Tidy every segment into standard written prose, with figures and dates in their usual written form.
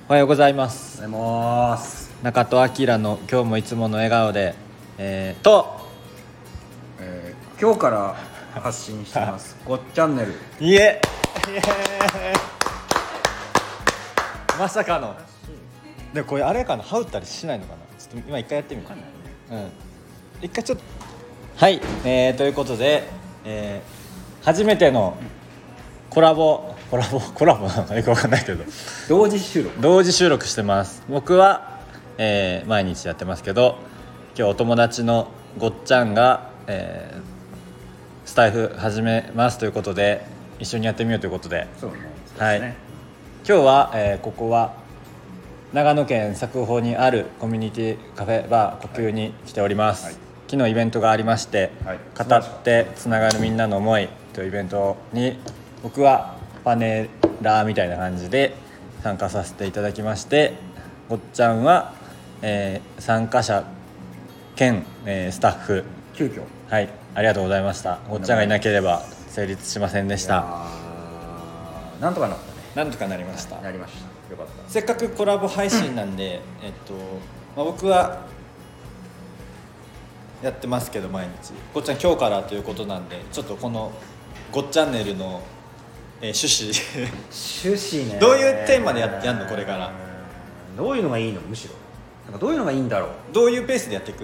おはようございます。 おはようございます。 中戸明の今日もいつもの笑顔で、 今日から発信してますごっチャンネル。 いえまさかの。でこれあれかな、羽打ったりしないのかな。ちょっと今一回やってみる。一回ちょっとはい、ということで、初めてのコラボなのかよく分かんないけど同時収録してます。僕は、毎日やってますけど、今日お友達のごっちゃんが、スタイフ始めますということで一緒にやってみようということで、 そうね、 はい、今日は、ここは長野県佐久穂にあるコミュニティカフェバー呼吸に来ております、はい、昨日イベントがありまして、はい、語ってつながるみんなの思いというイベントに僕はパネラーみたいな感じで参加させていただきまして、ごっちゃんは、参加者兼、スタッフ急遽、 はい、ありがとうございました。ごっちゃんがいなければ成立しませんでした。 なんとかなったね。 なんとかなりました。 なりました。よかった。 せっかくコラボ配信なんで、僕はやってますけど毎日、ごっちゃん今日からということなんで、ちょっとこのごっチャンネルの、趣旨ね。 どういうテーマでやんのこれから。 どういうのがいいの、むしろなんかどういうのがいいんだろう。 どういうペースでやっていく。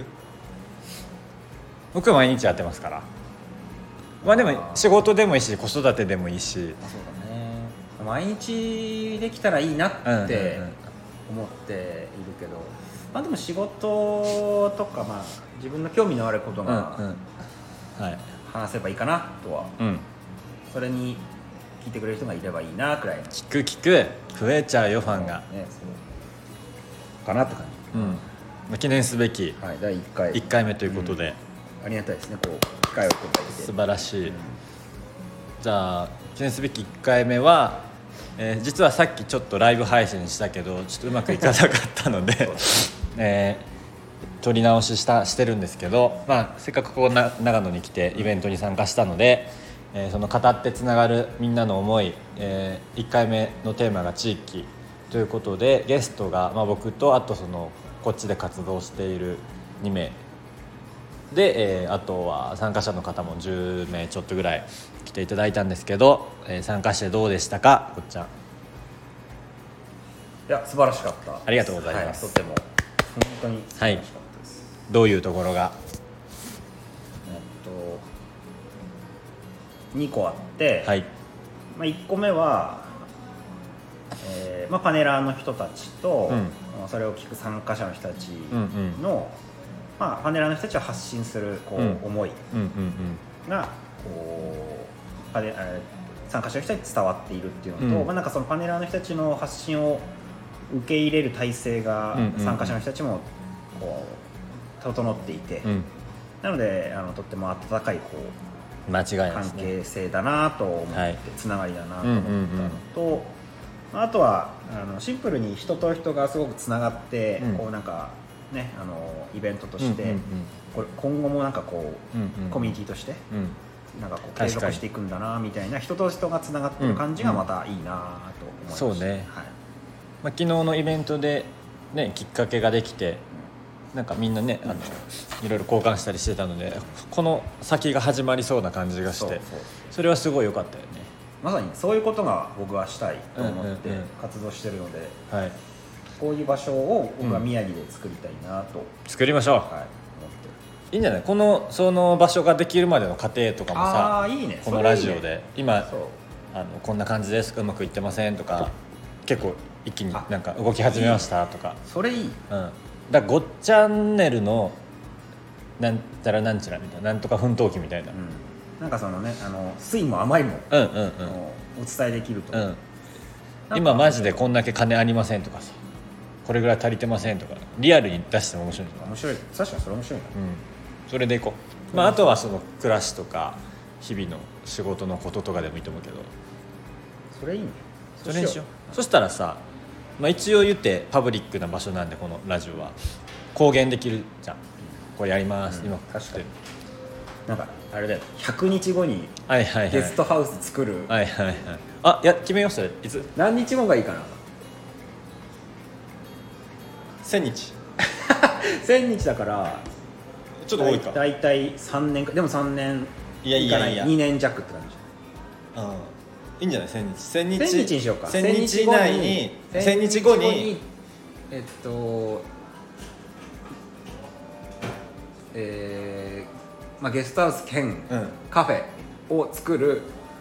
僕は毎日やってますから。まあでも仕事でもいいし子育てでもいいし。 そうだね、毎日できたらいいなって思っているけど、まあでも仕事とか、まあ自分の興味のあることが話せばいいかなとは、それに聞いてくれる人がいればいいなくらいの。 聞く増えちゃうよファンが、 そうかなって感じ、記念すべき、 第1 回目ということで、 ありがたいですね、こう機会をいただいて。 素晴らしい、じゃあ記念すべき1回目は、実はさっきちょっとライブ配信したけどちょっとうまくいかなかったので撮り直ししてるんですけど、まあ、せっかくここ長野に来てイベントに参加したので、その語ってつながるみんなの思い、1回目のテーマが地域ということで、ゲストが、僕とあとこっちで活動している2名で、あとは参加者の方も10名ちょっとぐらい来ていただいたんですけど、参加してどうでしたか、こっちゃん。 いや、素晴らしかった。 ありがとうございます、 とても本当に素晴らしかったです、 どういうところが。 2個あって、1個目は、パネラーの人たちと、それを聞く参加者の人たちの、パネラーの人たちを発信する思いが参加者の人に伝わっているっていうのと、なんかそのパネラーの人たちの発信を受け入れる体制が参加者の人たちも整っていて、なのでとっても温かい間違いない関係性だなと思って、つながりだなと思ったのと、あとはシンプルに人と人がすごくつながって、なんかね、イベントとして、これ今後もなんかコミュニティとしてなんか継続していくんだなみたいな、人と人がつながってる感じがまたいいなと思いました。 そうね、昨日のイベントで、きっかけができて、なんかみんなね、いろいろ交換したりしてたので、この先が始まりそうな感じがして、それはすごい良かったよね。 まさにそういうことが僕はしたいと思って活動してるので、こういう場所を僕は宮城で作りたいなと、 作りましょう、思っていいんじゃない。その場所ができるまでの過程とかもさ、このラジオで今こんな感じです、うまくいってませんとか、結構一気になんか動き始めましたとか、 それいい、 だからごっチャンネルのなんたらなんちゃらみたいな、なんとか奮闘記みたいな、 なんかそのね、酸いも甘いもお伝えできると、 今マジでこんだけ金ありませんとかさ、これぐらい足りてませんとか、リアルに出しても面白い。 面白い、確かにそれ面白いな、 それでいこう。あとはその暮らしとか日々の仕事のこととかでもいいと思うけど、 それいいね。 それにしよう。そしたらさ、一応言ってパブリックな場所なんで、このラジオは公言できるじゃん。これやります、今確かに。なんかあれだよ、100日後にゲストハウス作る、 いや決めよう。それいつ、 何日後がいいかな。 1000日 1000日だからちょっと多いか。 だいたい3年か。でも3年いかない、2年弱って感じ。 いいんじゃない。1000日 1000日にしようか。 1000日以内に1000日後にまあ、ゲストハウス兼カフェを作る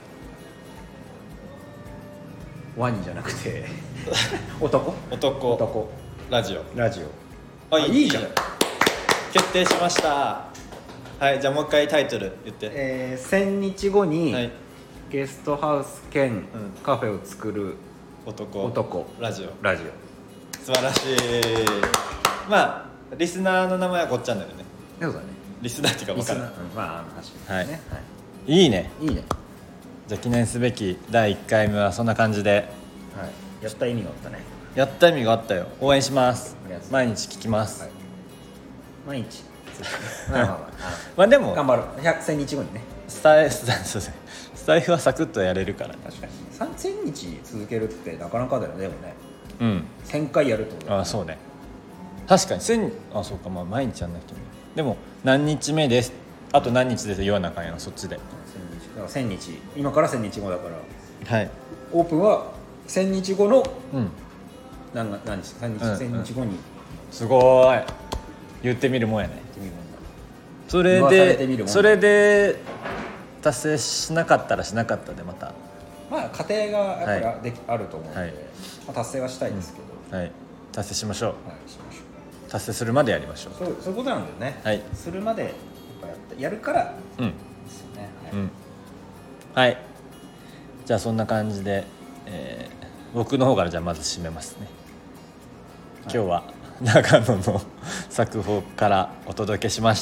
ワニじゃなくて男ラジオいいじゃん。 決定しました。はい、じゃあもう一回タイトル言って。 1000日後に、 はい、 ゲストハウス兼カフェを作る男ラジオ素晴らしい。まあリスナーの名前はこっちゃんだよね。 そうだね。 リスナーっていうか分からない。 まあ確かにね、はい、 いいね。 じゃあ記念すべき第1回目はそんな感じで、 はい、やった意味があったね。 やった意味があったよ。応援します。毎日聞きます、はい、 毎日まあでも頑張る。1000日後にねスタイフはサクッとやれるからね。 確かに1000日続けるってなかなかだよね。でもね、 うん、 1000回やるってことだ、ね、 そうね。確かにそうか、まあ毎日やんなくてもいい。でも何日目です、あと何日です言わなあかんやん。そっちで 1000日、今から1000日後だから、 はい、 オープンは1000日後の、何日1000日後に、 すごい言ってみるもんやね。それで達成しなかったらしなかったでまた、 まあ過程がやっぱあると思うので、まあ、達成はしたいですけど、 達成しましょう。 しましょう。 達成するまでやりましょう。 そういうことなんだよね、するまでやるからですよね。 はい、じゃあそんな感じで、僕の方からじゃあまず締めますね。今日は長野の作法からお届けしました。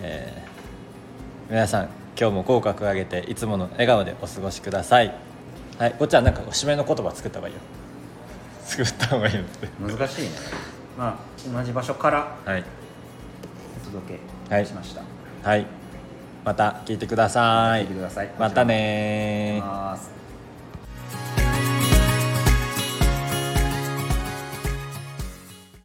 皆さん今日も口角上げていつもの笑顔でお過ごしください。はい、こっちはなんか締めの言葉作った方がいいよ。作った方がいいのって難しいね。まあ同じ場所からお届けしました。 はい、また聞いてください。 またね。 またね。